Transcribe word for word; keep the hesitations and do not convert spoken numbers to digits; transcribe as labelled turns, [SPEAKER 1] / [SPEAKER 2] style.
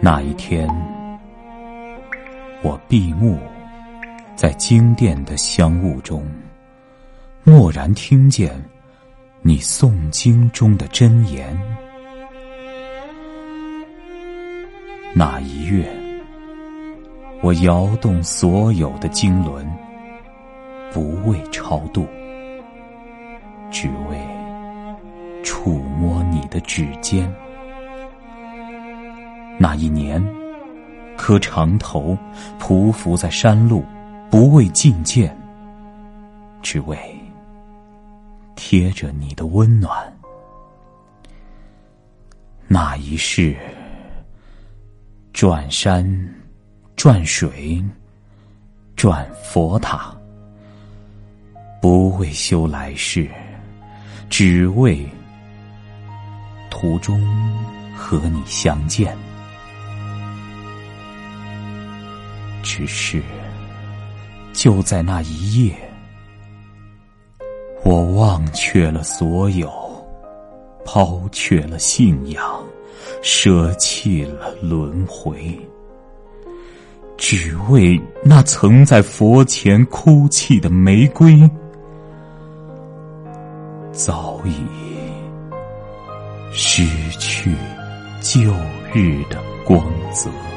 [SPEAKER 1] 那一天，我闭目在经殿的香雾中，蓦然听见你诵经中的真言。那一月，我摇动所有的经轮，不为超度，只为触摸你的指尖。那一年，磕长头匍匐在山路，不为觐见，只为贴着你的温暖。那一世，转山转水转佛塔，不为修来世，只为途中和你相见。只是就在那一夜，我忘却了所有，抛却了信仰，舍弃了轮回，只为那曾在佛前哭泣的玫瑰，早已失去旧日的光泽。